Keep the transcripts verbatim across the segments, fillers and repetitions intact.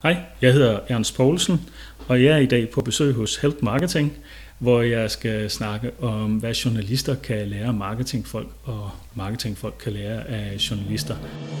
Hej, jeg hedder Ernst Poulsen, og jeg er i dag på besøg hos Help Marketing, hvor jeg skal snakke om, hvad journalister kan lære af marketingfolk, og marketingfolk kan lære af journalister.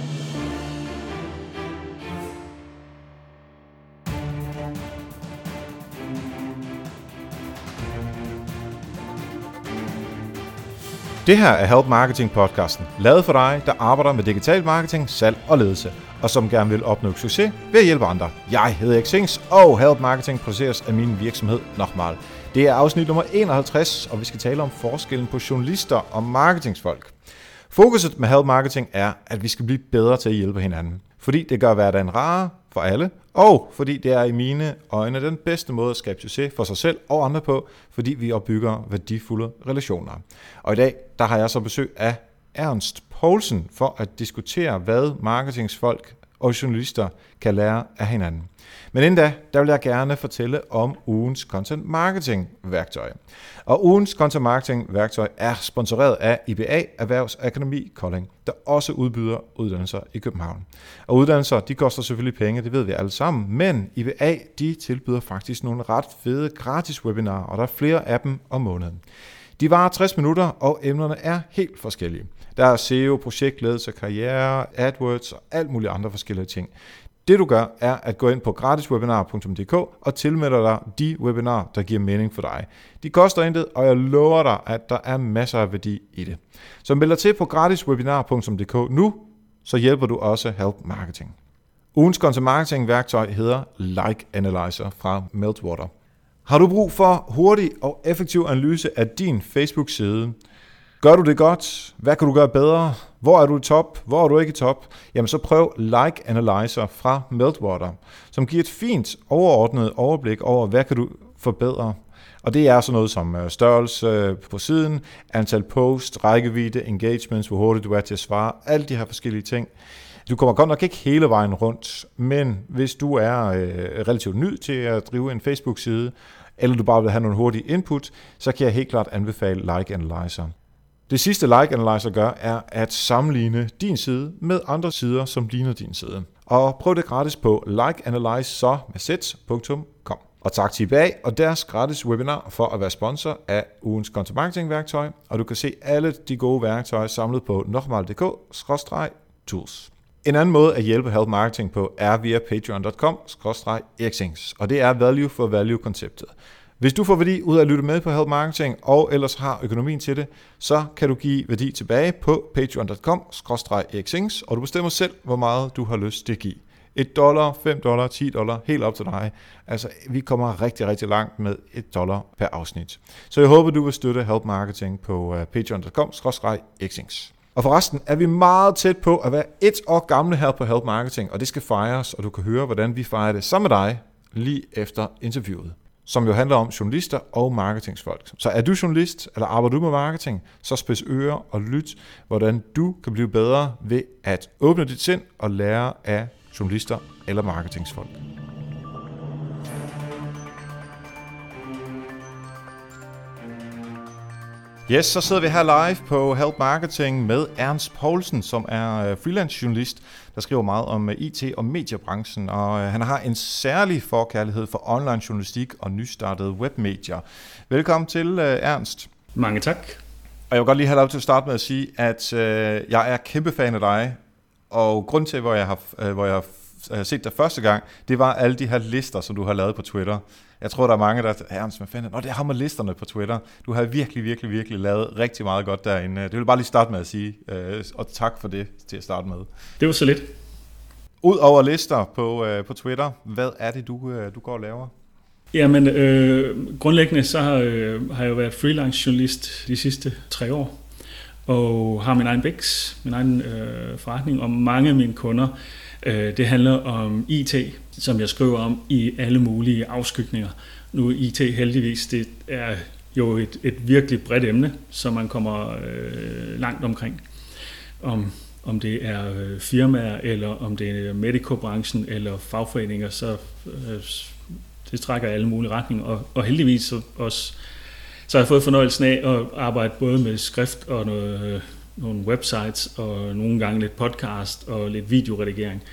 Det her er Help Marketing podcasten, lavet for dig, der arbejder med digital marketing, salg og ledelse, og som gerne vil opnå succes ved at hjælpe andre. Jeg hedder Exings, og Help Marketing produceres af min virksomhed Nochmal. Det er afsnit nummer enoghalvtreds, og vi skal tale om forskellen på journalister og marketingsfolk. Fokuset med Help Marketing er, at vi skal blive bedre til at hjælpe hinanden, fordi det gør hverdagen rarere for alle, og fordi det er i mine øjne den bedste måde at skabe succes for sig selv og andre på, fordi vi opbygger værdifulde relationer. Og i dag, der har jeg så besøg af Ernst Poulsen for at diskutere, hvad marketingsfolk og journalister kan lære af hinanden. Men inden da, der vil jeg gerne fortælle om ugens content marketing værktøj. Og ugens content marketing værktøj er sponsoreret af I B A Erhvervsakademi Kolding, der også udbyder uddannelser i København. Og uddannelser, de koster selvfølgelig penge, det ved vi alle sammen, men I B A, de tilbyder faktisk nogle ret fede gratis webinarer, og der er flere af dem om måneden. De varer tres minutter, og emnerne er helt forskellige. Der er S E O, projektledelse, karriere, AdWords og alt muligt andre forskellige ting. Det du gør, er at gå ind på gratiswebinar punktum d k og tilmelde dig de webinarer, der giver mening for dig. De koster intet, og jeg lover dig, at der er masser af værdi i det. Så meld dig til på gratiswebinar punktum d k nu, så hjælper du også Help Marketing. Ugens content marketing værktøj hedder Like Analyzer fra Meltwater. Har du brug for hurtig og effektiv analyse af din Facebook-side? Gør du det godt? Hvad kan du gøre bedre? Hvor er du i top? Hvor er du ikke i top? Jamen så prøv Like Analyzer fra Meltwater, som giver et fint overordnet overblik over, hvad kan du forbedre. Og det er sådan noget som størrelse på siden, antal post, rækkevidde, engagements, hvor hurtigt du er til at svare, alle de her forskellige ting. Du kommer godt nok ikke hele vejen rundt, men hvis du er øh, relativt ny til at drive en Facebook-side, eller du bare vil have nogle hurtige input, så kan jeg helt klart anbefale Like Analyzer. Det sidste Like Analyzer gør, er at sammenligne din side med andre sider, som ligner din side. Og prøv det gratis på like analyzer punktum com. Og tak til I B A og deres gratis webinar for at være sponsor af ugens content marketing værktøj. Og du kan se alle de gode værktøjer samlet på nochmal punktum d k skråstreg tools. En anden måde at hjælpe Help Marketing på er via patreon punktum com skråstreg exings, og det er value for value konceptet. Hvis du får værdi ud af at lytte med på Help Marketing, og ellers har økonomien til det, så kan du give værdi tilbage på patreon punktum com skråstreg exings, og du bestemmer selv, hvor meget du har lyst til at give. et dollar, fem dollar, ti dollar, helt op til dig. Altså, vi kommer rigtig, rigtig langt med et dollar per afsnit. Så jeg håber, du vil støtte Help Marketing på patreon punktum com skråstreg exings. Og forresten er vi meget tæt på at være et år gamle her på Help Marketing, og det skal fejres, og du kan høre, hvordan vi fejrer det sammen med dig lige efter interviewet, som jo handler om journalister og marketingsfolk. Så er du journalist, eller arbejder du med marketing, så spids ører og lyt, hvordan du kan blive bedre ved at åbne dit sind og lære af journalister eller marketingsfolk. Yes, så sidder vi her live på Help Marketing med Ernst Poulsen, som er freelance journalist, der skriver meget om I T og mediebranchen, og han har en særlig forkærlighed for online journalistik og nystartede webmedier. Velkommen til, Ernst. Mange tak. Og jeg vil godt lige have lov til at starte med at sige, at jeg er kæmpe fan af dig, og grund til, hvor jeg har, hvor jeg har set dig første gang, det var alle de her lister, som du har lavet på Twitter. Jeg tror, der er mange, der er Ernst, hvad fanden? Nå, det er ham med listerne på Twitter. Du har virkelig, virkelig, virkelig lavet rigtig meget godt derinde. Det vil jeg bare lige starte med at sige, og tak for det til at starte med. Det var så lidt. Udover lister på, på Twitter, hvad er det, du, du går og laver? Jamen, øh, grundlæggende så har, øh, har jeg jo været freelance journalist de sidste tre år, og har min egen biks, min egen øh, forretning, og mange af mine kunder. Det handler om I T, som jeg skriver om i alle mulige afskygninger. Nu I T heldigvis, det er jo et, et virkelig bredt emne, som man kommer øh, langt omkring. Om, om det er firmaer, eller om det er medico-branchen, eller fagforeninger, så øh, det trækker alle mulige retninger. Og, og heldigvis så, også, så har jeg fået fornøjelsen af at arbejde både med skrift og noget, nogle websites, og nogle gange lidt podcast og lidt videoredigering.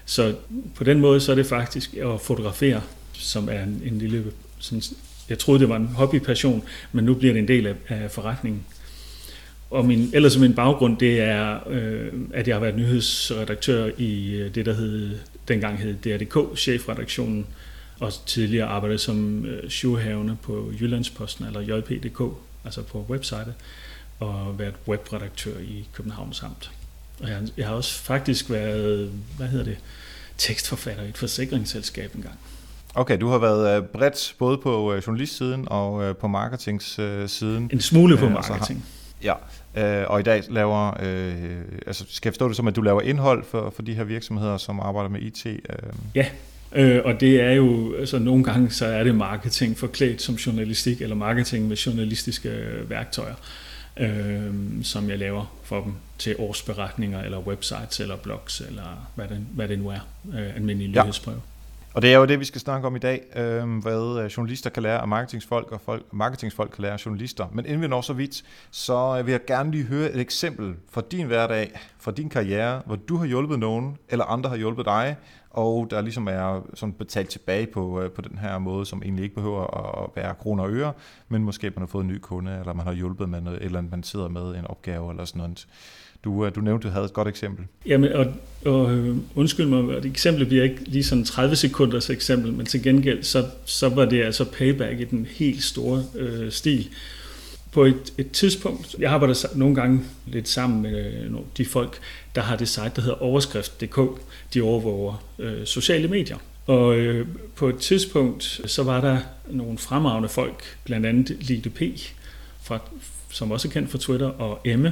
Så på den måde så er det faktisk at fotografere, som er en, en lille... Sådan, jeg troede, det var en hobbypassion, men nu bliver det en del af, af forretningen. Og min, ellers min baggrund, det er, øh, at jeg har været nyhedsredaktør i det, der hed, dengang hed D R D K, chefredaktionen, og tidligere arbejdede som øh, jourhavende på Jyllandsposten, eller J P punktum D K, altså på websitet, og været webredaktør i Københavns Amt. Og jeg, jeg har også faktisk været, hvad hedder det, tekstforfatter i et forsikringsselskab engang. Okay, du har været bredt både på journalistsiden og på marketingssiden. En smule på marketing. Ja, og i dag laver, øh, altså skal jeg forstå det som, at du laver indhold for, for de her virksomheder, som arbejder med I T? Øh. Ja, øh, og det er jo, altså nogle gange så er det marketing forklædt som journalistik, eller marketing med journalistiske værktøjer, øh, som jeg laver for dem til årsberetninger, eller websites, eller blogs, eller hvad det, hvad det nu er, øh, almindelige nyhedsbreve. Ja. Og det er jo det, vi skal snakke om i dag, øh, hvad journalister kan lære af marketingsfolk, og folk, marketingsfolk kan lære af journalister. Men inden vi når så vidt, så vil jeg gerne lige høre et eksempel fra din hverdag, fra din karriere, hvor du har hjulpet nogen, eller andre har hjulpet dig, og der ligesom er sådan betalt tilbage på, på den her måde, som egentlig ikke behøver at være kroner og øre, men måske man har fået en ny kunde, eller man har hjulpet med noget, eller man sidder med en opgave, eller sådan noget. Du, du nævnte, du havde et godt eksempel. Jamen, og, og undskyld mig, det eksempel bliver ikke lige sådan tredive sekunders eksempel, men til gengæld, så, så var det altså payback i den helt store øh, stil. På et, et tidspunkt, jeg arbejder nogle gange lidt sammen med øh, de folk, der har det site, der hedder overskrift punktum d k. De overvåger øh, sociale medier. Og øh, på et tidspunkt, så var der nogle fremragende folk, blandt andet Lide P, fra, som også er kendt fra Twitter, og Emme,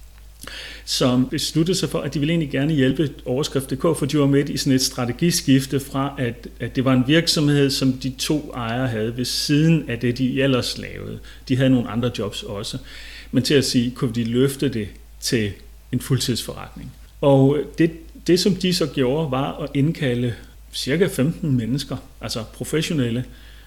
som besluttede sig for, at de ville egentlig gerne hjælpe overskrift punktum d k, for de var midt i sådan et strategiskifte fra, at, at det var en virksomhed, som de to ejere havde ved siden af det, de ellers lavede. De havde nogle andre jobs også. Men til at sige, kunne de løfte det til en fuldtidsforretning. Og det, det som de så gjorde, var at indkalde cirka femten mennesker, altså professionelle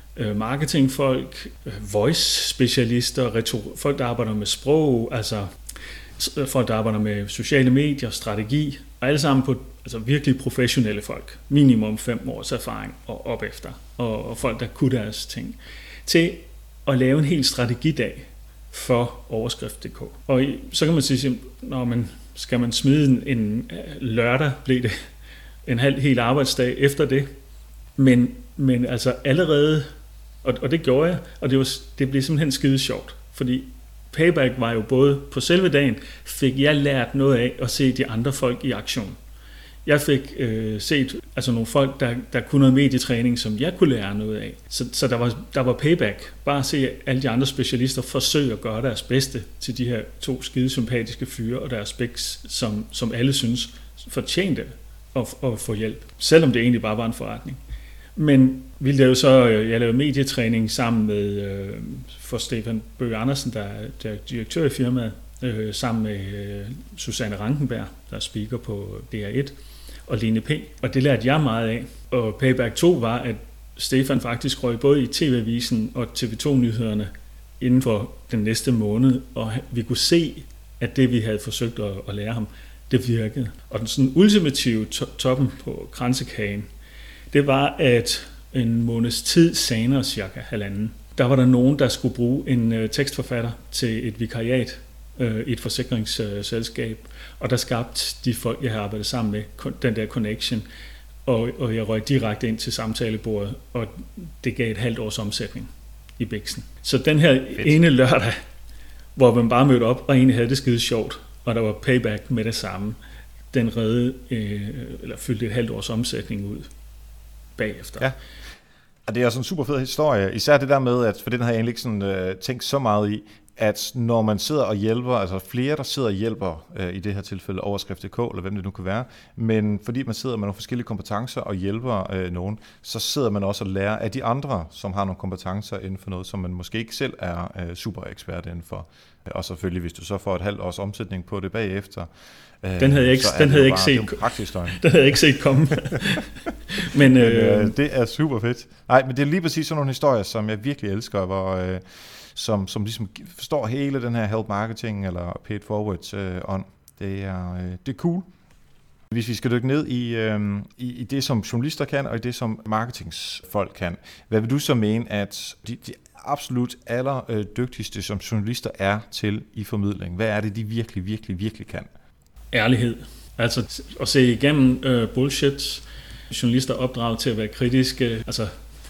marketingfolk, voice-specialister, retor- folk, der arbejder med sprog, altså folk, der arbejder med sociale medier, strategi, og alle sammen på altså virkelig professionelle folk, minimum fem års erfaring og op efter, og, og folk, der kunne deres ting, til at lave en hel strategidag for overskrift punktum d k. Og så kan man sige, når man skal man smide en, en lørdag, blev det en halv hel arbejdsdag efter det, men, men altså allerede, og, og det gjorde jeg, og det, var, det blev simpelthen skide sjovt, fordi payback var jo både på selve dagen, fik jeg lært noget af at se de andre folk i aktion. Jeg fik øh, set altså nogle folk, der, der kunne noget medietræning, som jeg kunne lære noget af. Så, så der, var, der var payback. Bare at se alle de andre specialister forsøge at gøre deres bedste til de her to skide sympatiske fyre og deres specs, som, som alle synes fortjente at, at få hjælp. Selvom det egentlig bare var en forretning. Men vi lavede så, jeg lavede medietræning sammen med øh, for Stefan Bøge Andersen, der, der er direktør i firmaet, øh, sammen med øh, Susanne Rankenberg, der er speaker på D R et, og Line P. Og det lærte jeg meget af. Og Payback to var, at Stefan faktisk røg både i T V-avisen og T V to-nyhederne inden for den næste måned, og vi kunne se, at det vi havde forsøgt at, at lære ham, det virkede. Og den sådan ultimative to- toppen på kransekagen, det var, at en måneds tid senere, cirka halvanden, der var der nogen, der skulle bruge en øh, tekstforfatter til et vikariat øh, i et forsikringsselskab, og der skabte de folk, jeg havde arbejdet sammen med, den der connection, og, og jeg røg direkte ind til samtalebordet, og det gav et halvt års omsætning i Bixen. Så den her Fedt. ene lørdag, hvor man bare mødte op, og egentlig havde det skide sjovt, og der var payback med det samme, den redde, øh, eller fyldte et halvt års omsætning ud bagefter. Ja, og det er også en super fed historie, især det der med, at for den har jeg egentlig ikke sådan, øh, tænkt så meget i, at når man sidder og hjælper, altså flere, der sidder og hjælper, øh, i det her tilfælde overskrift punktum d k, eller hvem det nu kan være, men fordi man sidder med nogle forskellige kompetencer og hjælper øh, nogen, så sidder man også og lærer af de andre, som har nogle kompetencer inden for noget, som man måske ikke selv er øh, super ekspert inden for. Og selvfølgelig, hvis du så får et halvt års omsætning på det bagefter, Den havde jeg ikke, den havde jeg ikke set. Den havde jeg ikke set komme. men, øh, men det er super fedt. Nej, men det er lige præcis sådan nogle historier, som jeg virkelig elsker, hvor øh, som som ligesom forstår hele den her help marketing eller paid forward øh, on. Det er øh, det er cool. Hvis vi skal dykke ned i, øh, i, i det, som journalister kan, og i det, som marketingsfolk kan, hvad vil du så mene, at de, de absolut aller dygtigste, som journalister er til i formidling? Hvad er det, de virkelig, virkelig, virkelig kan? Ærlighed. Altså at se igennem øh, bullshit. Journalister er opdraget til at være kritiske. Altså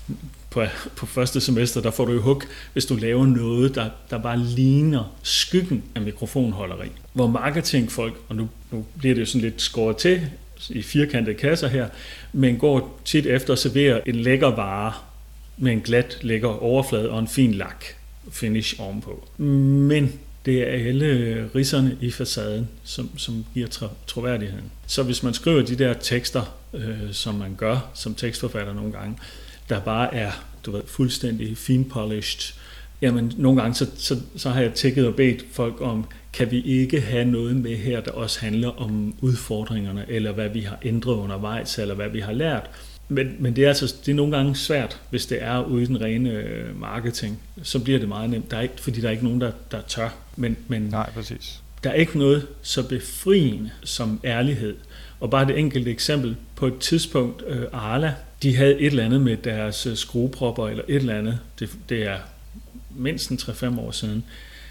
på, på første semester, der får du jo hug, hvis du laver noget, der, der bare ligner skyggen af mikrofonholderi. Hvor marketingfolk, og nu, nu bliver det jo sådan lidt skåret til i firkantede kasser her, men går tit efter at servere en lækker vare med en glat, lækker overflade og en fin lak finish ovenpå. Men det er alle ridserne i facaden, som, som giver tro, troværdigheden. Så hvis man skriver de der tekster, øh, som man gør som tekstforfatter nogle gange, der bare er, du ved, fuldstændig finpolished, jamen nogle gange så, så, så har jeg tækket og bedt folk om, kan vi ikke have noget med her, der også handler om udfordringerne, eller hvad vi har ændret undervejs, eller hvad vi har lært. Men, men det er altså det er nogle gange svært, hvis det er ude i den rene marketing. Så bliver det meget nemt, der er ikke, fordi der er ikke nogen, der, der tør. Men, men Nej, præcis. Der er ikke noget så befriende som ærlighed. Og bare det enkelte eksempel. På et tidspunkt, øh, Arla, de havde et eller andet med deres øh, skruepropper, eller et eller andet, det, det er mindst tre til fem år siden,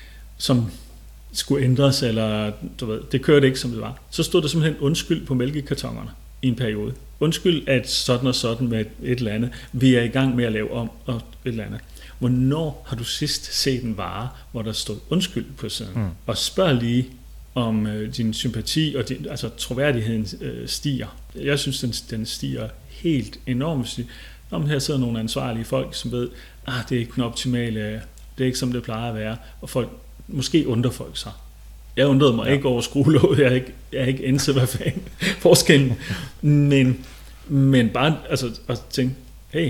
som skulle ændres, eller du ved, det kørte ikke, som det var. Så stod der simpelthen undskyld på mælkekartonerne i en periode. Undskyld, at sådan og sådan med et eller andet, vi er i gang med at lave om, og et eller andet. Hvornår har du sidst set en vare, hvor der stod undskyld på siden? Mm. Og spørg lige, om øh, din sympati og din, altså troværdigheden øh, stiger. Jeg synes, den, den stiger helt enormt. Om her sidder nogle ansvarlige folk, som ved, ah, det er ikke den optimale, det er ikke som det plejer at være, og folk, måske undrer folk sig. Jeg undrede mig ja. ikke over skruelåget, jeg er ikke, jeg er ikke indset, hvad fanden forskellen. Men, men bare altså, at tænke, hey,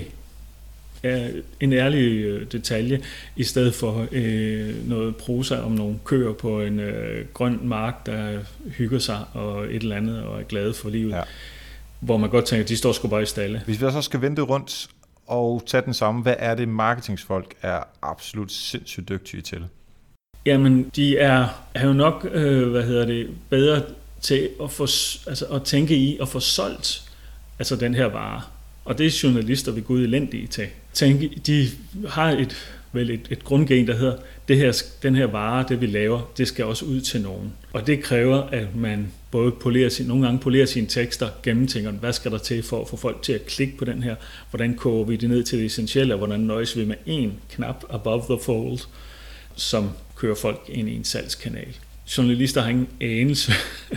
ja, en ærlig detalje, i stedet for øh, noget prosa om nogle køer på en øh, grøn mark, der hygger sig og et eller andet og er glade for livet. Ja. Hvor man godt tænker, de står sgu bare i stalle. Hvis vi så skal vente rundt og tage den samme, hvad er det marketingsfolk er absolut sindssygt dygtige til? Jamen, de er, er jo nok, øh, hvad hedder det, bedre til at, få, altså, at tænke i at få solgt altså den her vare. Og det er journalister ved Gud elendige til. Tænke, de har et, vel et, et grundgen, der hedder, det her, den her vare, det vi laver, det skal også ud til nogen. Og det kræver, at man både polerer sin, nogle gange polerer sine tekster, gennemtænker, hvad skal der til for at få folk til at klikke på den her, hvordan koger vi det ned til det essentielle, og hvordan nøjes vi med en knap above the fold, som kører folk ind i en salgskanal. Journalister har ingen anelse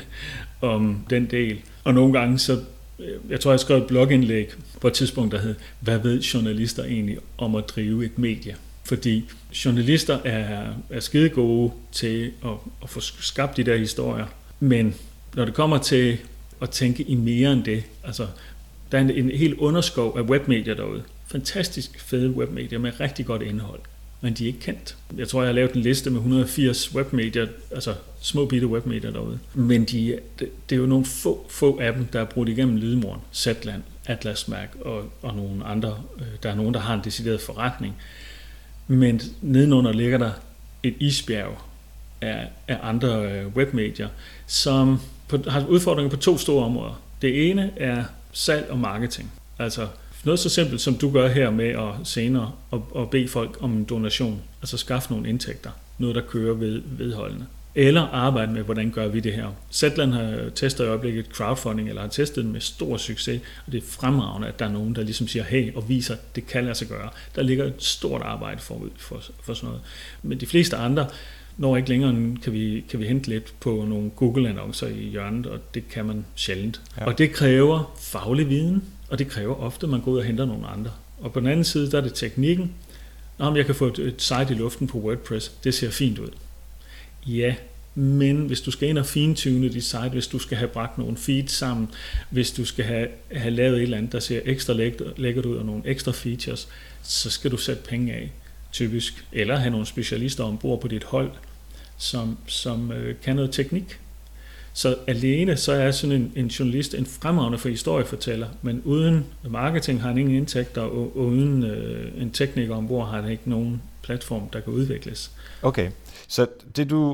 om den del, og nogle gange så, jeg tror jeg skrev et blogindlæg på et tidspunkt, der hed, hvad ved journalister egentlig om at drive et medie? Fordi journalister er, er skide gode til at, at få skabt de der historier, men når det kommer til at tænke i mere end det, altså der er en, en helt underskov af webmedier derude, fantastisk fede webmedier med rigtig godt indhold, men de er ikke kendt. Jeg tror, jeg har lavet en liste med et hundrede og firs webmedier, altså små bitte webmedier derude. Men de, det, det er jo nogle få, få af dem, der er brugt igennem Lydmuren, Zetland, Atlasmærk og, og nogle andre. Der er nogen, der har en decideret forretning. Men nedenunder ligger der et isbjerg af, af andre webmedier, som på, har udfordringer på to store områder. Det ene er salg og marketing. Altså noget så simpelt, som du gør her med at senere og, og bede folk om en donation, altså skaffe nogle indtægter, noget der kører ved, vedholdende. Eller arbejde med, hvordan gør vi det her. Zetland har testet i øjeblikket crowdfunding, eller har testet med stor succes, og det er fremragende, at der er nogen, der ligesom siger, hey, og viser, at det kan lade sig gøre. Der ligger et stort arbejde forud for, for sådan noget. Men de fleste andre når ikke længere, kan vi, kan vi hente lidt på nogle Google-annoncer i hjørnet, og det kan man sjældent. Ja. Og det kræver faglig viden, og det kræver ofte, at man går ud og henter nogle andre. Og på den anden side, der er det teknikken. Nå, jeg kan få et, et site i luften på WordPress. Det ser fint ud. Ja, men hvis du skal ind og fintune dit site, hvis du skal have bragt nogle feeds sammen, hvis du skal have, have lavet et eller andet, der ser ekstra lækkert ud, og nogle ekstra features, så skal du sætte penge af, typisk. Eller have nogle specialister ombord på dit hold, som, som øh, kan noget teknik. Så alene så er sådan en, en journalist en fremragende for historiefortæller, men uden marketing har han ingen indtægter, og, og uden øh, en tekniker ombord har han ikke nogen platform, der kan udvikles. Okay, så det du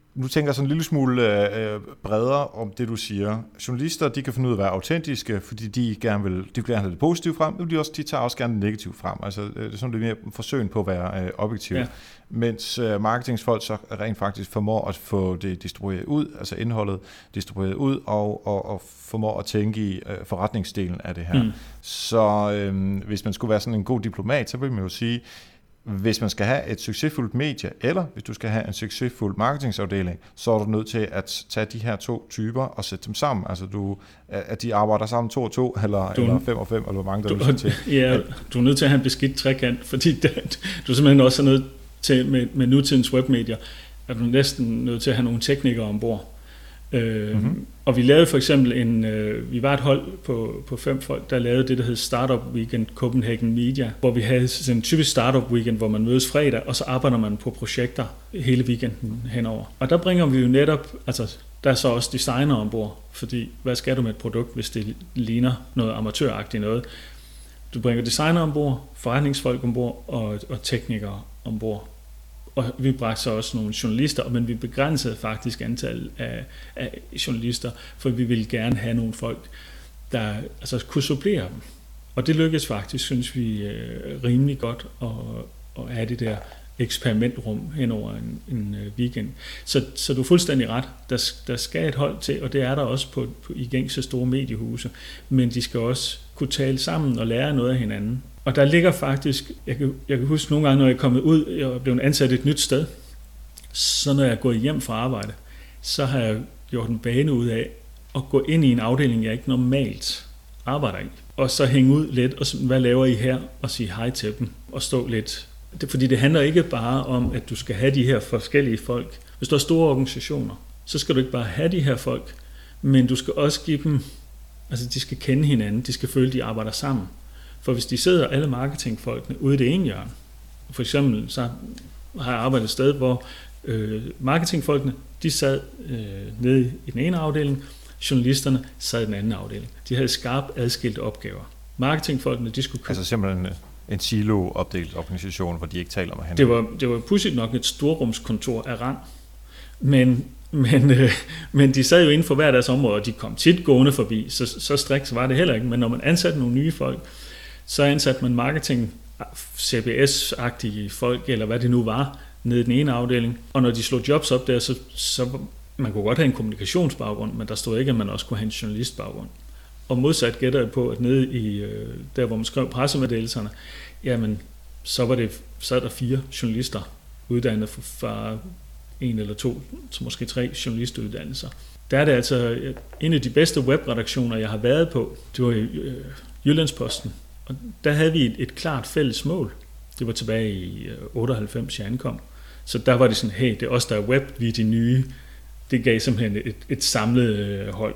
nu tænker jeg sådan en lille smule øh, bredere om det, du siger. Journalister, de kan finde ud af at være autentiske, fordi de gerne vil, de vil gerne have det positive frem, men de, også, de tager også gerne det negative frem. Altså, det er sådan lidt mere forsøg på at være øh, objektiv. Ja. Mens øh, marketingsfolk så rent faktisk formår at få det distribueret ud, altså indholdet distribueret ud, og, og, og formår at tænke i øh, forretningsdelen af det her. Mm. Så øh, hvis man skulle være sådan en god diplomat, så vil man jo sige, hvis man skal have et succesfuldt medie, eller hvis du skal have en succesfuld marketingsafdeling, så er du nødt til at tage de her to typer og sætte dem sammen. Altså, du, at de arbejder sammen to og to, eller, du, eller fem og fem, eller hvor mange der du, vil til. Ja, du er nødt til at have en beskidt trekant, fordi det, du er simpelthen også nødt til, med, med nutidens webmedier, at du er næsten nødt til at have nogle teknikere ombord. Øh, mm-hmm. Og vi lavede for eksempel en, øh, vi var et hold på, på fem folk, der lavede det, der hed Startup Weekend Copenhagen Media, hvor vi havde sådan en typisk startup weekend, hvor man mødes fredag, og så arbejder man på projekter hele weekenden henover. Og der bringer vi jo netop, altså der er så også designer ombord, fordi hvad skal du med et produkt, hvis det ligner noget amatøragtigt noget? Du bringer designer ombord, forretningsfolk ombord og, og teknikere ombord. Og vi bragte så også nogle journalister, men vi begrænsede faktisk antallet af, af journalister, for vi ville gerne have nogle folk, der altså, kunne supplere dem. Og det lykkedes faktisk, synes vi, rimelig godt at, at have det der eksperimentrum hen over en, en weekend. Så, så du er fuldstændig ret. Der, der skal et hold til, og det er der også på, på, i gængse store mediehuse, men de skal også kunne tale sammen og lære noget af hinanden. Og der ligger faktisk, jeg kan, jeg kan huske nogle gange, når jeg er kommet ud, jeg er blevet ansat et nyt sted, så når jeg er gået hjem fra arbejde, så har jeg gjort en bane ud af at gå ind i en afdeling, jeg ikke normalt arbejder i, og så hænge ud lidt, og hvad laver I her, og sige hej til dem, og stå lidt. Det, fordi det handler ikke bare om, at du skal have de her forskellige folk. Hvis du har store organisationer, så skal du ikke bare have de her folk, men du skal også give dem, altså de skal kende hinanden, de skal føle, at de arbejder sammen. For hvis de sidder alle marketingfolkene ude i det ene hjørne, for eksempel så har jeg arbejdet et sted, hvor øh, marketingfolkene, de sad øh, nede i den ene afdeling, journalisterne sad i den anden afdeling. De havde skarpt adskilte opgaver. Marketingfolkene, de skulle... Altså simpelthen en silo-opdelt organisation, hvor de ikke taler med hinanden. Det var, det var pudsigt nok et storrumskontor af rang, men, men, øh, men de sad jo inden for hver deres område, og de kom tit gående forbi, så, så strikt var det heller ikke. Men når man ansatte nogle nye folk, så ansatte man marketing, C B S-agtige folk, eller hvad det nu var, nede i den ene afdeling. Og når de slog jobs op der, så, så man kunne godt have en kommunikationsbaggrund, men der stod ikke, at man også kunne have en journalistbaggrund. Og modsat gætter jeg på, at nede i, der hvor man skrev pressemeddelelserne, jamen, så var det, sad der fire journalister uddannet fra en eller to, så måske tre journalistuddannelser. Der er det altså en af de bedste webredaktioner, jeg har været på. Det var i øh, Jyllandsposten. Og der havde vi et, et klart fælles mål. Det var tilbage i øh, otteoghalvfems, jeg ankom. Så der var det sådan, hey, det er os, der er web, vi er de nye. Det gav simpelthen et, et samlet øh, hold.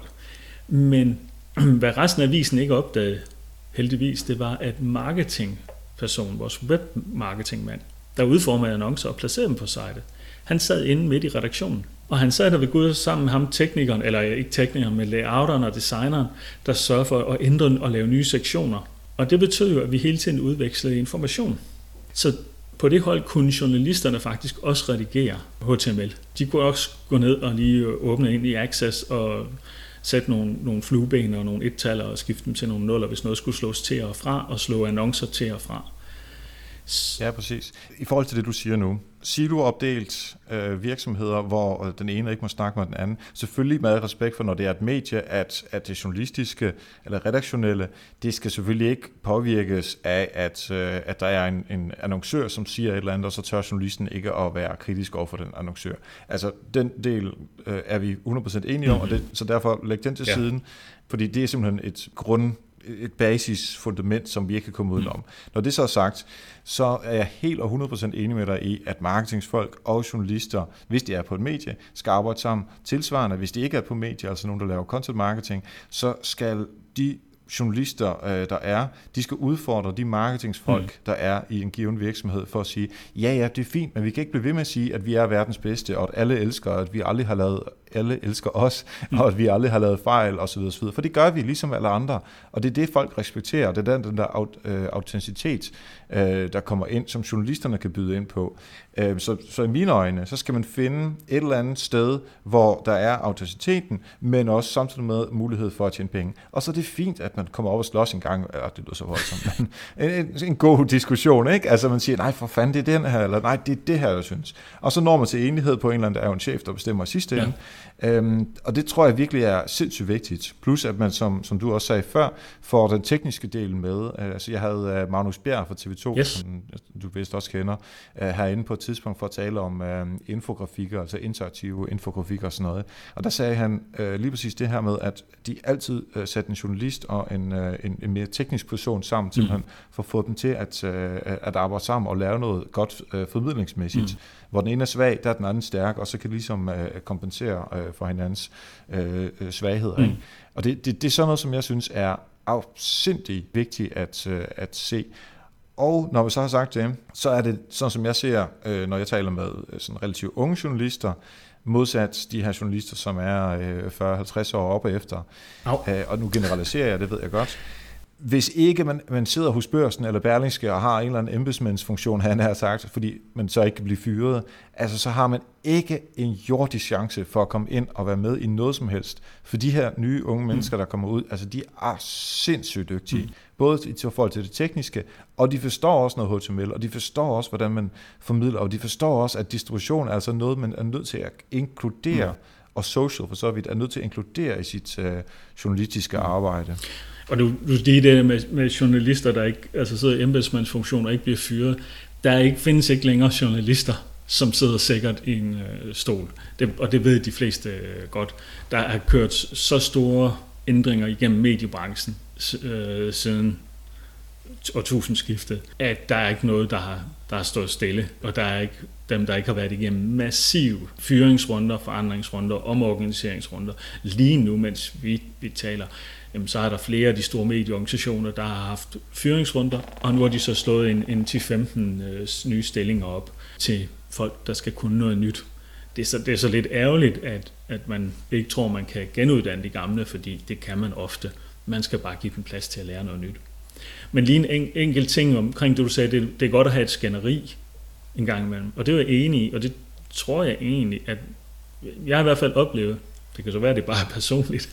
Men hvad resten af avisen ikke opdagede, heldigvis, det var, at marketingperson, vores webmarketingmand, der udformede annoncer og placerede dem på sitet, han sad inde midt i redaktionen. Og han sad der ved Gud sammen med ham, teknikeren, eller ikke teknikeren, men layouteren og designeren, der sørgede for at ændre og lave nye sektioner. Og det betød jo, at vi hele tiden udvekslede information. Så på det hold kunne journalisterne faktisk også redigere H T M L. De kunne også gå ned og lige åbne ind i Access og sætte nogle, nogle flueben og nogle et-taller og skifte dem til nogle nuller, hvis noget skulle slås til og fra, og slå annoncer til og fra. Ja, præcis. I forhold til det, du siger nu, siloopdelt øh, virksomheder, hvor den ene ikke må snakke med den anden, selvfølgelig med respekt for, når det er et medie, at, at det journalistiske eller redaktionelle, det skal selvfølgelig ikke påvirkes af, at, øh, at der er en, en annoncør, som siger et eller andet, og så tør journalisten ikke at være kritisk over for den annoncør. Altså, den del øh, er vi hundrede procent enige om, mm-hmm. og det, så derfor læg den til ja. siden, fordi det er simpelthen et grund et basisfundament, som vi ikke kan komme udenom. Når det så er sagt, så er jeg helt og hundrede procent enig med dig i, at marketingsfolk og journalister, hvis de er på et medie, skal arbejde sammen tilsvarende. Hvis de ikke er på medie, altså nogen, der laver content marketing, så skal de journalister, der er, de skal udfordre de marketingsfolk, mm. der er i en given virksomhed, for at sige, ja, ja, det er fint, men vi kan ikke blive ved med at sige, at vi er verdens bedste, og at alle elsker, at vi aldrig har lavet alle elsker os, mm. og at vi aldrig har lavet fejl, osv. osv. For det gør vi ligesom alle andre, og det er det, folk respekterer. Det er den, den der øh, autenticitet, øh, der kommer ind, som journalisterne kan byde ind på. Øh, så, så i mine øjne, så skal man finde et eller andet sted, hvor der er autenticiteten, men også samtidig med mulighed for at tjene penge. Og så er det fint, at man kommer op og slås en gang, ja, det lyder så voldsomt, men en, en god diskussion, ikke? Altså man siger, nej for fanden, det er den her, eller nej, det er det her, jeg synes. Og så når man til enighed på en eller anden, der er jo en chef, der bestemmer i sidste ende. Ja. Øhm, og det tror jeg virkelig er sindssygt vigtigt. Plus at man, som, som du også sagde før, får den tekniske del med. Altså jeg havde Magnus Bjerg fra T V to, yes. som du vist også kender, herinde på et tidspunkt for at tale om uh, infografikker, altså interaktive infografikker og sådan noget. Og der sagde han uh, lige præcis det her med, at de altid uh, satte en journalist og en, uh, en, en mere teknisk person sammen, mm. simpelthen for at få dem til at, uh, at arbejde sammen og lave noget godt uh, formidlingsmæssigt. Mm. Hvor den ene er svag, der er den anden stærk, og så kan de ligesom uh, kompensere uh, for hinandens uh, svagheder. Mm. Ikke? Og det, det, det er sådan noget, som jeg synes er afsindig vigtigt at, uh, at se. Og når vi så har sagt det, så er det sådan, som jeg ser, øh, når jeg taler med sådan relativt unge journalister, modsat de her journalister, som er øh, fyrre halvtreds år oppe efter. Øh, og nu generaliserer jeg, det ved jeg godt. Hvis ikke man, man sidder hos Børsen eller Berlingske og har en eller anden embedsmandsfunktion, han har sagt, fordi man så ikke kan blive fyret, altså så har man ikke en jordisk chance for at komme ind og være med i noget som helst. For de her nye unge mennesker, der kommer ud, altså de er sindssygt dygtige. Mm. Både i forhold til det tekniske, og de forstår også noget H T M L, og de forstår også, hvordan man formidler, og de forstår også, at distribution er altså noget, man er nødt til at inkludere, mm. og social for så vidt er nødt til at inkludere i sit uh, journalistiske mm. arbejde. Og du, du siger det med, med journalister, der ikke altså sidder i embedsmandsfunktion og ikke bliver fyret. Der ikke, findes ikke længere journalister, som sidder sikkert i en øh, stol. Det, og det ved de fleste øh, godt. Der er kørt så store ændringer igennem mediebranchen øh, siden årtusindskiftet, at der er ikke noget, der har, der har stået stille. Og der er ikke dem, der ikke har været igennem massive fyringsrunder, forandringsrunder, omorganiseringsrunder. Lige nu, mens vi, vi taler, jamen, så er der flere af de store medieorganisationer, der har haft fyringsrunder, og nu har de så slået en, en ti til femten øh, nye stillinger op til folk, der skal kunne noget nyt. Det er så, det er så lidt ærgerligt, at, at man ikke tror, man kan genuddanne de gamle, fordi det kan man ofte. Man skal bare give dem plads til at lære noget nyt. Men lige en enkelt ting omkring det, du sagde, det, det er godt at have et skænderi en gang imellem. Og det er jeg enig i, og det tror jeg egentlig, at jeg har i hvert fald oplevet, det kan så være, at det bare er personligt,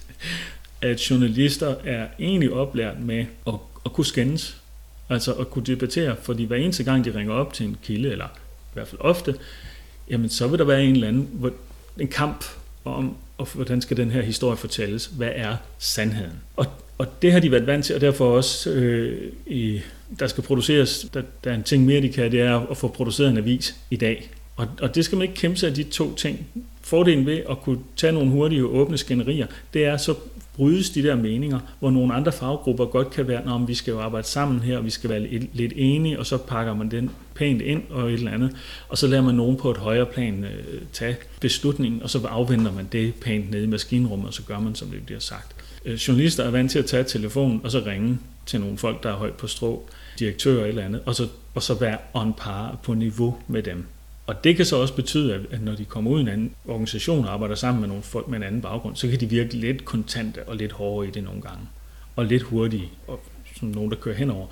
at journalister er egentlig oplært med at, at kunne skændes, altså at kunne debattere, fordi hver eneste gang, de ringer op til en kilde, eller i hvert fald ofte, jamen så vil der være en eller anden, en kamp om, og hvordan skal den her historie fortælles, hvad er sandheden? Og, og det har de været vant til, og derfor også, øh, i, der skal produceres, der, der er en ting mere, de kan, det er at få produceret en avis i dag. Og, og det skal man ikke kæmpe sig af de to ting. Fordelen ved at kunne tage nogle hurtige åbne skænderier, det er så brydes de der meninger, hvor nogle andre faggrupper godt kan være, om vi skal jo arbejde sammen her, og vi skal være lidt, lidt enige, og så pakker man den pænt ind og et eller andet, og så lader man nogen på et højere plan øh, tage beslutningen, og så afventer man det pænt nede i maskinrummet, og så gør man, som det bliver sagt. Øh, journalister er vant til at tage telefonen, og så ringe til nogle folk, der er højt på strå, direktører eller andet, og så, og så være on par på niveau med dem. Og det kan så også betyde, at når de kommer ud i en anden organisation og arbejder sammen med nogle folk med en anden baggrund, så kan de virke lidt kontante og lidt hårdere i det nogle gange. Og lidt hurtige, og som nogen, der kører henover.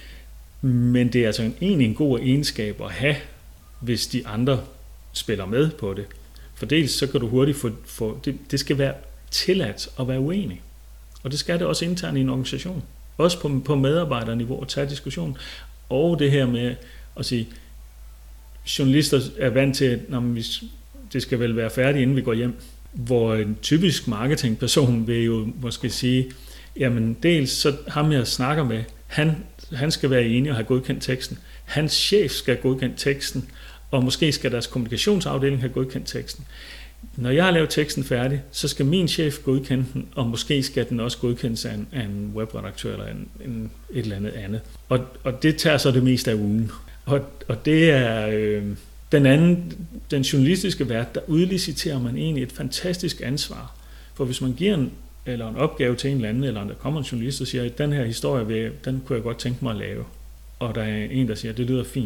Men det er altså egentlig en god egenskab at have, hvis de andre spiller med på det. For dels så kan du hurtigt få, få det, det skal være tilladt at være uenig. Og det skal det også internt i en organisation. Også på, på medarbejderniveau at tage diskussion. Og det her med at sige, journalister er vant til, at det skal vel være færdigt, inden vi går hjem. Hvor en typisk marketingperson vil jo måske sige, jamen dels så ham jeg snakker med, han, han skal være enig og have godkendt teksten. Hans chef skal have godkendt teksten, og måske skal deres kommunikationsafdeling have godkendt teksten. Når jeg har lavet teksten færdig, så skal min chef godkende den, og måske skal den også godkendes af en, af en webredaktør eller en, en, et eller andet andet. Og, og det tager så det meste af ugen. Og, og det er øh, den anden, den journalistiske vært, der udliciterer man egentlig et fantastisk ansvar. For hvis man giver en, eller en opgave til en eller anden, eller der kommer en journalist og siger, at den her historie, vil, den kunne jeg godt tænke mig at lave. Og der er en, der siger, at det lyder fint.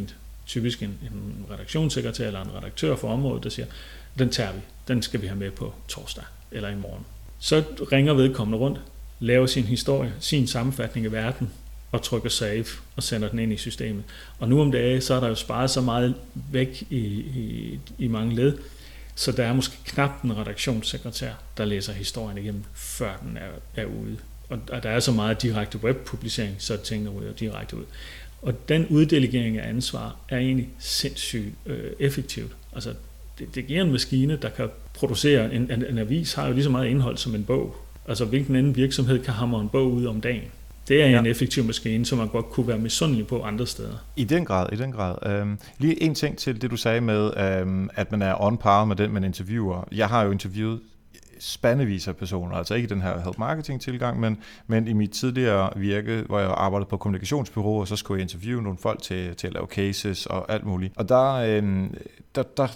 typisk en, en redaktionssekretær eller en redaktør for området, der siger, den tager vi, den skal vi have med på torsdag eller i morgen. Så ringer vedkommende rundt, laver sin historie, sin sammenfatning af verden, og trykker save og sender den ind i systemet. Og nu om dagen, så er der jo sparet så meget væk i, i, i mange led, så der er måske knap en redaktionssekretær, der læser historien igennem, før den er, er ude. Og der er så meget direkte webpublicering, så tingene ryger direkte ud. Og den uddelegering af ansvar er egentlig sindssygt øh, effektivt. Altså, det, det giver en maskine, der kan producere, en, en, en avis har jo lige så meget indhold som en bog. Altså, hvilken anden virksomhed kan hamre en bog ud om dagen? Det er ja. en effektiv maskine, som man godt kunne være misundelig på andre steder. I den grad, i den grad. Øhm, lige en ting til det, du sagde med, øhm, at man er on par med den, man interviewer. Jeg har jo interviewet spandevis af personer, altså ikke den her help marketing tilgang, men, men i mit tidligere virke, hvor jeg arbejdede på kommunikationsbureau, og så skulle jeg interviewe nogle folk til, til at lave cases og alt muligt. Og der, øhm, der, der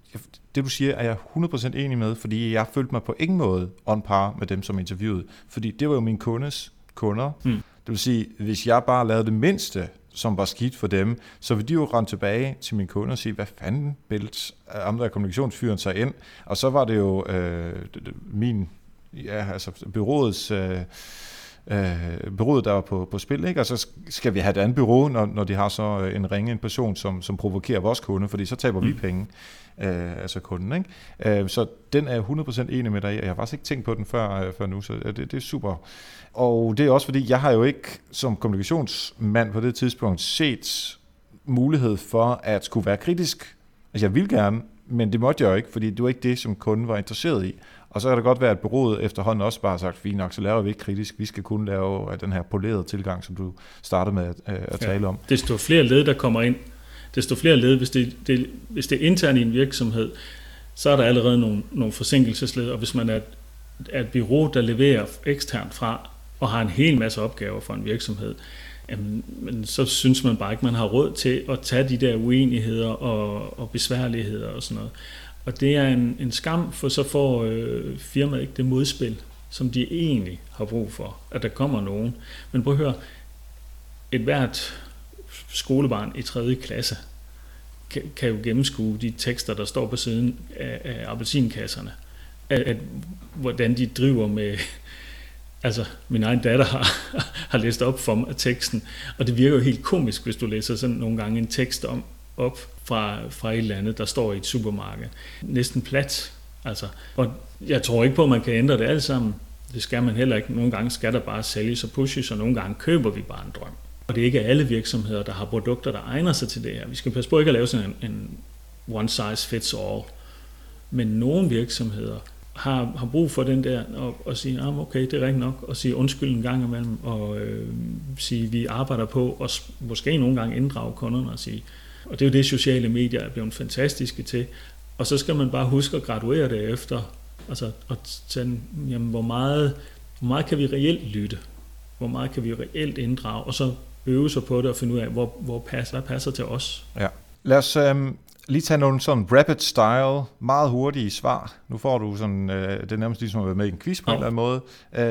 det du siger, er jeg hundrede procent enig med, fordi jeg følte mig på ingen måde on par med dem, som interviewede. Fordi det var jo min kundes kunder. Mm. Det vil sige, hvis jeg bare lavede det mindste, som var skidt for dem, så ville de jo rende tilbage til mine kunder og sige, hvad fanden bæltes om der kommunikationsfyren sig ind? Og så var det jo øh, min, ja, altså bureauets, øh, øh, bureauet, der var på, på spil, ikke? Og så skal vi have et andet bureau, når, når de har så en ringe, en person, som, som provokerer vores kunde, fordi så taber mm. vi penge. Øh, altså kunden, ikke? Øh, så den er jeg hundrede procent enig med dig i, og jeg har faktisk ikke tænkt på den før, øh, før nu, så det, det er super. Og det er også fordi, jeg har jo ikke som kommunikationsmand på det tidspunkt set mulighed for at skulle være kritisk. Altså jeg vil gerne, men det måtte jeg jo ikke, fordi det var ikke det, som kunden var interesseret i. Og så kan det godt være, at bureauet efterhånden også bare har sagt, fint nok, så laver vi ikke kritisk, vi skal kun lave den her polerede tilgang, som du startede med at, at tale om. Ja, desto flere led, der kommer ind, desto flere led, hvis det, det, hvis det er internt i en virksomhed, så er der allerede nogle, nogle forsinkelsesled, og hvis man er et, er et bureau, der leverer eksternt fra, og har en hel masse opgaver for en virksomhed, jamen, men så synes man bare ikke, man har råd til at tage de der uenigheder og, og besværligheder og sådan noget. Og det er en, en skam, for så får øh, firmaet ikke det modspil, som de egentlig har brug for, at der kommer nogen. Men prøv at høre, et hvert skolebarn i tredje klasse kan, kan jo gennemskue de tekster, der står på siden af, af appelsinkasserne. At, at, hvordan de driver med... Altså, min egen datter har, har læst op for mig af teksten, og det virker jo helt komisk, hvis du læser sådan nogle gange en tekst om, op fra, fra et eller andet, der står i et supermarked. Næsten plat, altså. Og jeg tror ikke på, at man kan ændre det alt sammen. Det skal man heller ikke. Nogle gange skal der bare sælges og pushes, og nogle gange køber vi bare en drøm. Og det er ikke alle virksomheder, der har produkter, der egner sig til det her. Vi skal passe på ikke at lave sådan en, en one size fits all. Men nogle virksomheder har, har brug for den der, og, og sige, ah, okay, det er rigtigt nok, og sige undskyld en gang imellem, og øh, sige, vi arbejder på, og måske nogle gange inddrage kunderne og sige, og det er jo det, sociale medier er blevet fantastiske til, og så skal man bare huske at graduere det efter, altså at tage, jamen, hvor meget, hvor meget kan vi reelt lytte, hvor meget kan vi reelt inddrage, og så øve sig på det og finde ud af, hvor, hvor passer, hvad passer til os. Ja. Lad os øhm, lige tage nogle sådan rapid style, meget hurtige svar. Nu får du sådan, øh, det er nærmest ligesom at være med i en quiz på ja. en eller anden måde.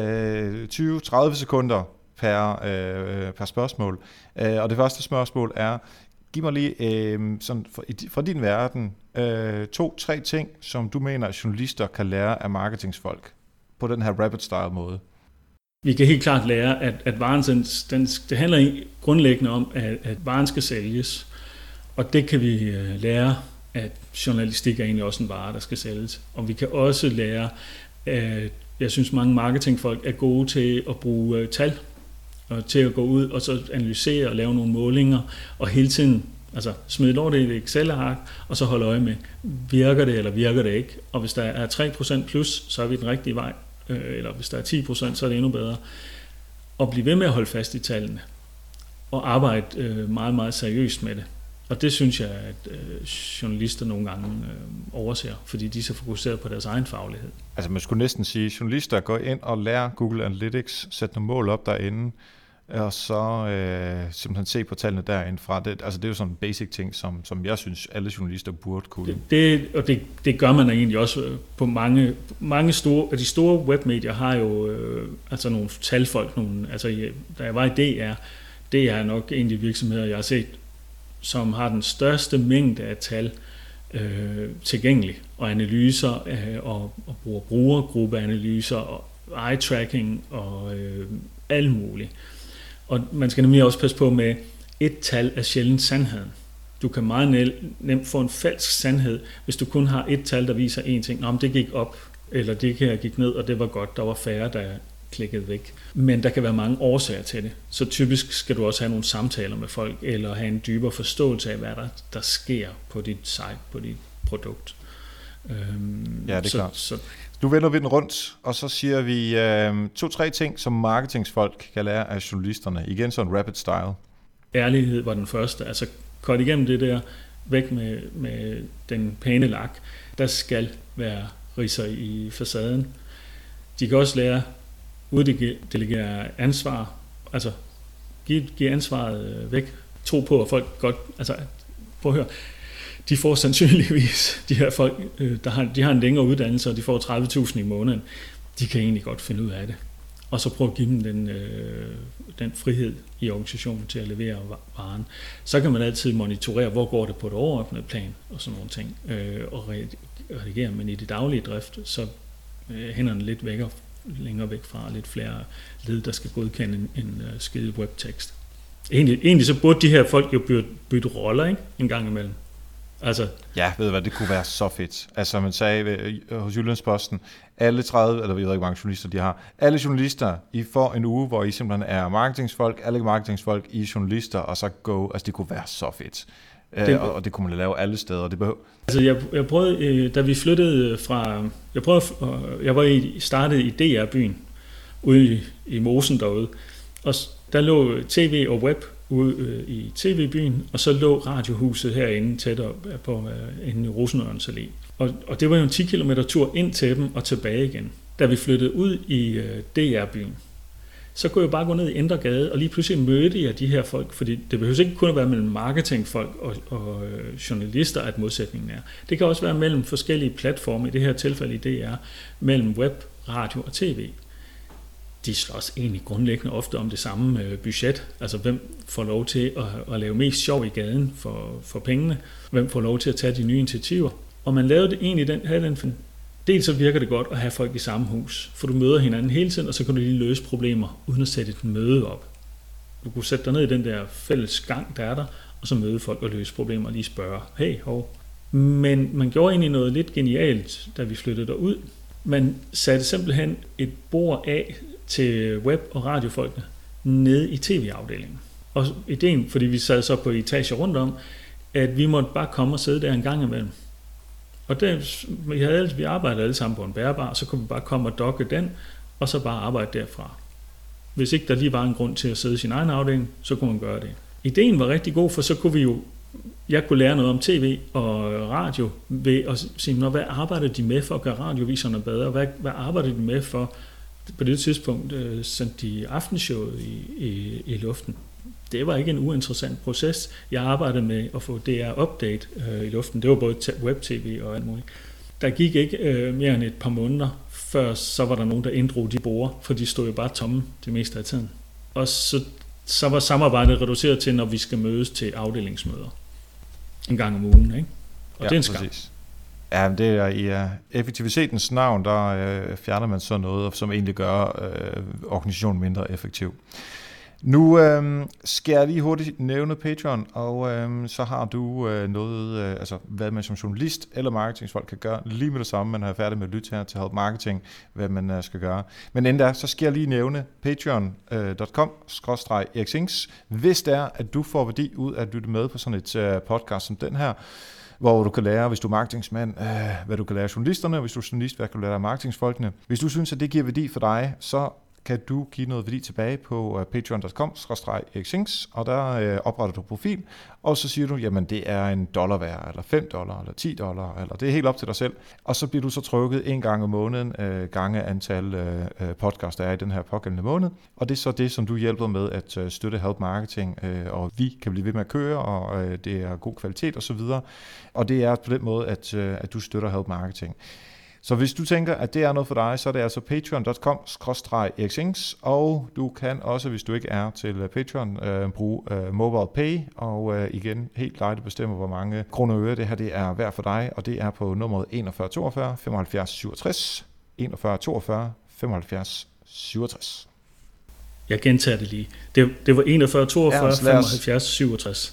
Øh, tyve til tredive sekunder per, øh, per spørgsmål. Øh, og det første spørgsmål er, giv mig lige øh, sådan fra, fra din verden øh, to, tre ting, som du mener, at journalister kan lære af marketingsfolk på den her rapid style måde. Vi kan helt klart lære, at, at varen, den, den, det handler grundlæggende om, at, at varen skal sælges. Og det kan vi lære, at journalistik er egentlig også en vare, der skal sælges. Og vi kan også lære, at jeg synes, mange marketingfolk er gode til at bruge tal, og til at gå ud og så analysere og lave nogle målinger, og hele tiden altså, smide lort i et Excel-ark, og så holde øje med, virker det eller virker det ikke. Og hvis der er tre procent plus, så er vi den rigtige vej. Eller hvis der er ti procent, så er det endnu bedre. Og blive ved med at holde fast i tallene, og arbejde meget, meget seriøst med det. Og det synes jeg, at journalister nogle gange overser, fordi de er så fokuseret på deres egen faglighed. Altså man skulle næsten sige, at journalister går ind og lærer Google Analytics, sætte nogle mål op derinde, og så øh, simpelthen se på tallene derindefra. Det, altså det er jo sådan en basic ting, som, som jeg synes, alle journalister burde kunne. Det, det, og det, det gør man egentlig også på mange, mange store, de store webmedier har jo øh, altså nogle talfolk, nogle, altså da jeg var i D R, det er nok en af de virksomheder, jeg har set som har den største mængde af tal øh, tilgængelige, og analyser, øh, og, og bruger brugergruppeanalyser, og eye-tracking, og øh, alt muligt. Og man skal nemlig også passe på med, et tal er sjældent sandheden. Du kan meget nemt få en falsk sandhed, hvis du kun har et tal, der viser én ting. Nå, men det gik op, eller det her gik ned, og det var godt, der var færre, der klikkede væk. Men der kan være mange årsager til det. Så typisk skal du også have nogle samtaler med folk, eller have en dybere forståelse af, hvad der, der sker på dit site, på dit produkt. Øhm, ja, det er så, klart. Så, nu vender vi den rundt, og så siger vi øh, to-tre ting, som marketingsfolk kan lære af journalisterne. Igen sådan rapid style. Ærlighed var den første. Altså, kort igennem det der, væk med, med den pæne lak. Der skal være ridser i facaden. De kan også lære uddelegere ansvar, altså give, give ansvaret væk, tro på, at folk godt, altså prøv at høre, de får sandsynligvis, de her folk, der har, de har en længere uddannelse, og de får tredive tusind i måneden, de kan egentlig godt finde ud af det. Og så prøv at give dem den, øh, den frihed i organisationen til at levere varen. Så kan man altid monitorere, hvor går det på et overordnet plan, og sådan nogle ting, øh, og redigere, men i det daglige drift, så øh, hænderne lidt væk længere væk fra, lidt flere led, der skal godkende en, en uh, skide webtekst. Egentlig, egentlig så burde de her folk jo bytte, bytte roller, ikke? En gang imellem. Altså, ja, ved du hvad, det kunne være så fedt. Altså man sagde ved, hos Jyllandsposten, alle tredive, eller jeg ved ikke, hvor mange journalister de har, alle journalister, I får en uge, hvor I simpelthen er marketingsfolk, alle marketingsfolk, I er journalister, og så go, altså det kunne være så fedt. Det, uh, og det kunne man lave alle steder. Det behøver. Altså jeg, jeg prøvede, da vi flyttede fra, jeg prøvede, jeg var i, startede i D R-byen, ude i, i Mosen derude, og der lå tv og web ude øh, i tv-byen, og så lå radiohuset herinde tættere på øh, inde i Rosenørns Allé. Og, og det var jo en ti kilometer tur ind til dem og tilbage igen. Da vi flyttede ud i øh, D R-byen, så kunne jeg bare gå ned i Indre Gade, og lige pludselig mødte jeg de her folk, fordi det behøver ikke kun at være mellem marketingfolk og, og øh, journalister, at modsætningen er. Det kan også være mellem forskellige platforme, i det her tilfælde i D R, mellem web, radio og tv. De slås egentlig grundlæggende ofte om det samme øh, budget, altså hvem får lov til at, at lave mest sjov i gaden for, for pengene, hvem får lov til at tage de nye initiativer. Og man lavede det egentlig den, havde den dels så virker det godt at have folk i samme hus, for du møder hinanden hele tiden, og så kan du lige løse problemer, uden at sætte et møde op. Du kunne sætte dig ned i den der fælles gang, der er der, og så møde folk og løse problemer og lige spørge, hey, hov. Men man gjorde egentlig noget lidt genialt, da vi flyttede derud. Man satte simpelthen et bord af til web- og radiofolkene nede i tv-afdelingen. Og ideen, fordi vi sad så på etage rundt om, at vi måtte bare komme og sidde der en gang imellem. Og det, vi, havde, vi arbejdede alle sammen på en bærbar, så kunne vi bare komme og dokke den, og så bare arbejde derfra. Hvis ikke der lige var en grund til at sidde i sin egen afdeling, så kunne man gøre det. Ideen var rigtig god, for så kunne vi jo, jeg kunne lære noget om tv og radio, ved at sige, hvad arbejder de med for at gøre radioviserne bedre? Hvad, hvad arbejder de med for, på det tidspunkt sendte de aftenshowet i, i, i luften? Det var ikke en uinteressant proces. Jeg arbejdede med at få D R Update øh, i luften. Det var både web-tv og alt muligt. Der gik ikke øh, mere end et par måneder, før så var der nogen, der inddrog de borde, for de stod jo bare tomme det meste af tiden. Og så, så var samarbejdet reduceret til, når vi skal mødes til afdelingsmøder. En gang om ugen, ikke? Og ja, det er en skam. Præcis. Ja, det er i uh, effektivitetens navn, der uh, fjerner man sådan noget, som egentlig gør uh, organisationen mindre effektiv. Nu øh, skal jeg lige hurtigt nævne Patreon, og øh, så har du øh, noget, øh, altså hvad man som journalist eller marketingsfolk kan gøre lige med det samme, man er færdig med at lytte her til Help Marketing, hvad man øh, skal gøre. Men inden da, så skal jeg lige nævne patreon punktum com skråstreg Erik Sings, hvis det er, at du får værdi ud af at lytte med på sådan et øh, podcast som den her, hvor du kan lære, hvis du er marketingsmand, øh, hvad du kan lære journalisterne, hvis du er journalist, hvad kan du lære marketingsfolkene. Hvis du synes, at det giver værdi for dig, så kan du give noget værdi tilbage på patreon punktum com skråstreg Erik Sings, og der øh, opretter du profil, og så siger du, jamen det er en dollar værd, eller fem dollar, eller ti dollar, eller det er helt op til dig selv, og så bliver du så trykket en gang om måneden, øh, gange antal øh, podcast, der er i den her pågældende måned, og det er så det, som du hjælper med at øh, støtte Help Marketing, øh, og vi kan blive ved med at køre, og øh, det er god kvalitet osv., og det er på den måde, at, øh, at du støtter Help Marketing. Så hvis du tænker, at det er noget for dig, så er det altså patreon punktum com skråstreg eriksings, og du kan også, hvis du ikke er til Patreon, øh, bruge øh, MobilePay, og øh, igen, helt dig, du bestemmer, hvor mange kroner og øre det her det er værd for dig, og det er på nummeret enogfyrre toogfyrre femoghalvfjerds syvogtres, enogfyrre toogfyrre femoghalvfjerds syvogtres. Jeg gentager det lige. Det, det var enogfyrre toogfyrre femoghalvfjerds syvogtres.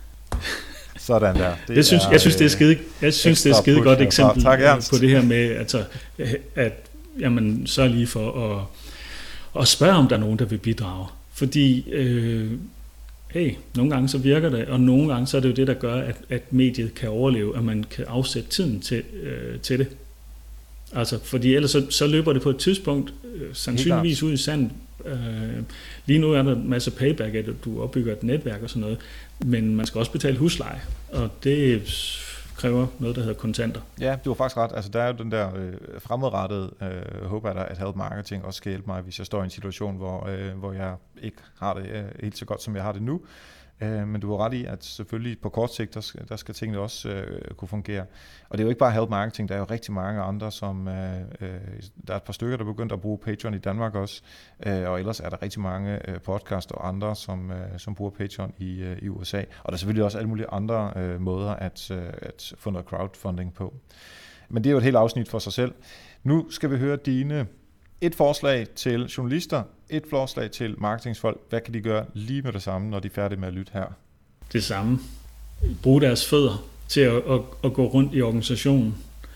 Sådan der. Det det synes, er, jeg synes, det er skide, jeg synes, det er skide godt eksempel tak, på det her med, altså, at jamen, så lige for at, at spørge, om der er nogen, der vil bidrage. Fordi, øh, hey, nogle gange så virker det, og nogle gange så er det jo det, der gør, at, at mediet kan overleve, at man kan afsætte tiden til, øh, til det. Altså, fordi ellers så, så løber det på et tidspunkt øh, sandsynligvis ud i sand. Øh, lige nu er der en masse payback, at du opbygger et netværk og sådan noget, men man skal også betale husleje, og det kræver noget, der hedder kontanter. Ja, du har faktisk ret. Altså, der er jo den der øh, fremadrettede øh, håber, at, at Help Marketing også skal hjælpe mig, hvis jeg står i en situation, hvor, øh, hvor jeg ikke har det øh, helt så godt, som jeg har det nu. Men du har ret i, at selvfølgelig på kort sigt, der skal, der skal tingene også øh, kunne fungere. Og det er jo ikke bare Help Marketing, der er jo rigtig mange andre, som øh, der er et par stykker, der er begyndt at bruge Patreon i Danmark også, øh, og ellers er der rigtig mange øh, podcast og andre, som, øh, som bruger Patreon i, øh, i U S A. Og der er selvfølgelig også alle mulige andre øh, måder at, øh, at få noget crowdfunding på. Men det er jo et helt afsnit for sig selv. Nu skal vi høre dine et forslag til journalister, et forslag til marketingsfolk. Hvad kan de gøre lige med det samme, når de er færdige med at lytte her? Det samme. Brug deres fødder til at, at, at gå rundt i organisationen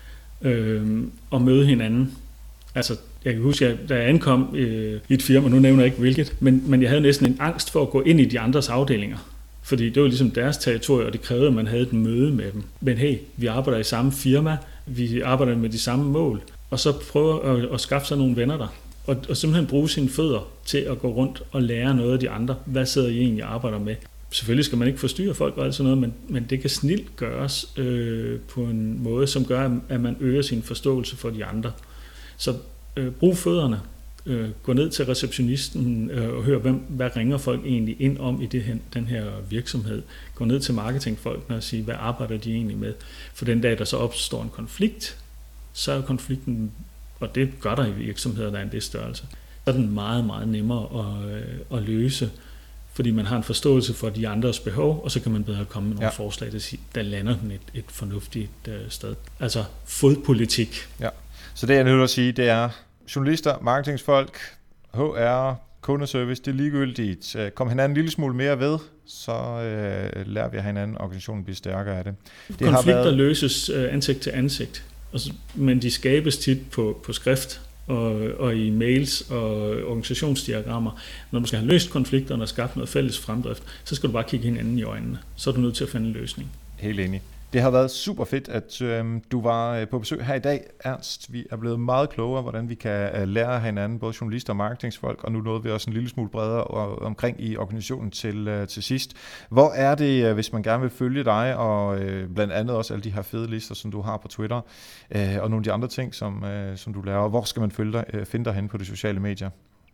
øh, og møde hinanden. Altså, jeg kan huske, at da jeg ankom øh, i et firma, nu nævner jeg ikke hvilket, men, men jeg havde næsten en angst for at gå ind i de andres afdelinger. Fordi det var ligesom deres territorie, og det krævede, at man havde et møde med dem. Men hey, vi arbejder i samme firma, vi arbejder med de samme mål, og så prøve at, at skaffe sig nogle venner der. Og, og simpelthen bruge sine fødder til at gå rundt og lære noget af de andre. Hvad sidder I egentlig og arbejder med? Selvfølgelig skal man ikke forstyrre folk og alt sådan noget, men, men det kan snilt gøres øh, på en måde, som gør, at man øger sin forståelse for de andre. Så øh, brug fødderne. Øh, gå ned til receptionisten øh, og hør, hvem, hvad ringer folk egentlig ind om i det her, den her virksomhed. Gå ned til marketingfolkene og sige, hvad arbejder de egentlig med? For den dag, der så opstår en konflikt, så er konflikten, og det gør der i virksomheder, der er en vis størrelse, så er den meget, meget nemmere at, at løse, fordi man har en forståelse for de andres behov, og så kan man bedre komme med nogle ja. forslag, der, siger, der lander den et, et fornuftigt uh, sted. Altså fodpolitik. Ja. Så det jeg nødt til at sige, det er journalister, marketingsfolk, H R, kundeservice, det er ligegyldigt. Kom hinanden en lille smule mere ved, så øh, lærer vi at hinanden, organisationen bliver stærkere af det. det Konflikter har været... løses øh, ansigt til ansigt, men de skabes tit på, på skrift og, og i mails og organisationsdiagrammer. Når du skal have løst konflikterne og skabt noget fælles fremdrift, så skal du bare kigge hinanden i øjnene. Så er du nødt til at finde en løsning. Helt enig. Det har været super fedt, at øh, du var på besøg her i dag, Ernst. Vi er blevet meget klogere, hvordan vi kan øh, lære hinanden, både journalister og marketingsfolk, og nu nåede vi også en lille smule bredere og, omkring i organisationen til, øh, til sidst. Hvor er det, øh, hvis man gerne vil følge dig, og øh, blandt andet også alle de her fede lister, som du har på Twitter, øh, og nogle af de andre ting, som, øh, som du laver. Hvor skal man følge dig, øh, finde dig hen på de sociale medier?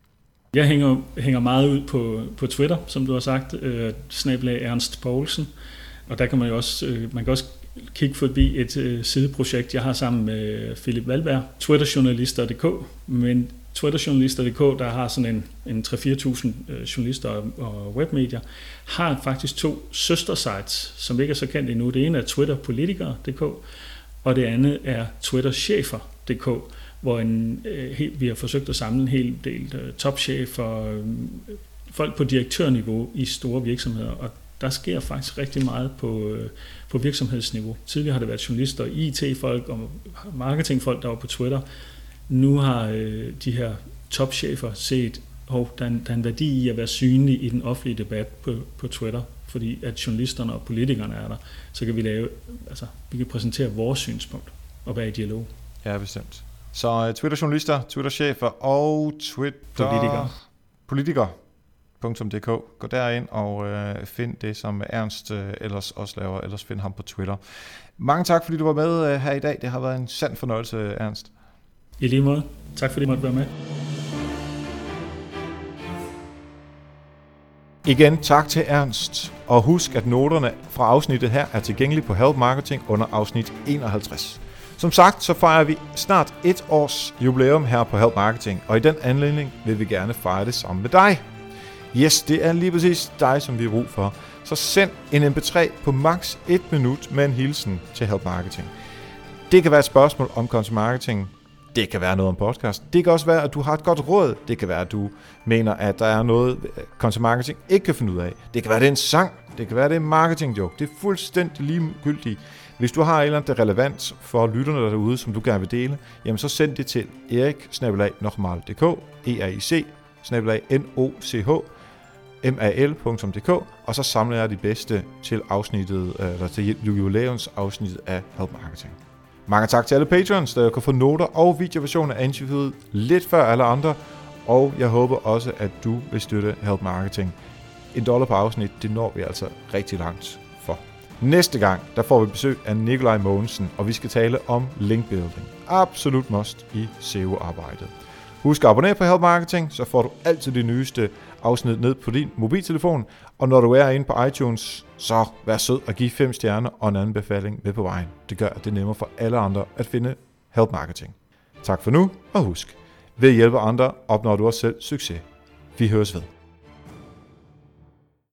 Jeg hænger, hænger meget ud på, på Twitter, som du har sagt, øh, snabel-a Ernst Poulsen. Og der kan man jo også, øh, man kan også kigge forbi et øh, sideprojekt, jeg har sammen med Philip Valberg, twitterjournalister punktum d k. Men twitterjournalister punktum d k, der har sådan en, en tre til fire tusind øh, journalister og, og webmedier, har faktisk to søstersites, som ikke er så kendt endnu. Det ene er twitterpolitikere punktum d k, og det andet er twitterchefer punktum d k, hvor en, øh, helt, vi har forsøgt at samle en hel del øh, topchefer, øh, folk på direktørniveau i store virksomheder, og der sker faktisk rigtig meget på, på virksomhedsniveau. Tidligere har det været journalister, I T-folk og marketingfolk, der var på Twitter. Nu har øh, de her topchefer set, at oh, der, der er en værdi i at være synlig i den offentlige debat på, på Twitter, fordi at journalisterne og politikerne er der. Så kan vi lave, altså vi kan præsentere vores synspunkt og være i dialog. Ja, bestemt. Så uh, Twitter-journalister, Twitter-chefer og Twitter... Politikere. .dk. Gå derind og øh, find det, som Ernst øh, ellers også laver, ellers find ham på Twitter. Mange tak, fordi du var med øh, her i dag. Det har været en sand fornøjelse, Ernst. I lige måde. Tak, fordi du måtte være med. Igen tak til Ernst. Og husk, at noterne fra afsnittet her er tilgængelige på Help Marketing under afsnit enoghalvtreds. Som sagt, så fejrer vi snart et års jubilæum her på Help Marketing, og i den anledning vil vi gerne fejre det sammen med dig. Yes, det er lige præcis dig, som vi har brug for. Så send en M P tre på maks et minut med en hilsen til Help Marketing. Det kan være et spørgsmål om content marketing. Det kan være noget om podcast. Det kan også være, at du har et godt råd. Det kan være, at du mener, at der er noget, content marketing ikke kan finde ud af. Det kan være, det er en sang. Det kan være, det er en marketing joke. Det er fuldstændig ligegyldigt. Hvis du har et eller andet, der er relevant for lytterne derude, som du gerne vil dele, jamen så send det til erik snabel-a nokmal punktum d k, e r i c snabel-a n o c h m a l punktum d k, og så samler jeg de bedste til afsnittet, eller til jubilæumsafsnittet af Help Marketing. Mange tak til alle patrons, der kan få noter og videoversioner af interviewet lidt før alle andre, og jeg håber også, at du vil støtte Help Marketing. En dollar per afsnit, det når vi altså rigtig langt for. Næste gang, der får vi besøg af Nikolaj Mogensen, og vi skal tale om link building. Absolut must i S E O-arbejdet. Husk at abonnere på Help Marketing, så får du altid de nyeste afsnit ned på din mobiltelefon. Og når du er inde på iTunes, så vær sød og giv fem stjerner og en anbefaling med på vejen. Det gør, at det er nemmere for alle andre at finde Help Marketing. Tak for nu, og husk, ved at hjælpe andre opnår du også selv succes. Vi høres ved.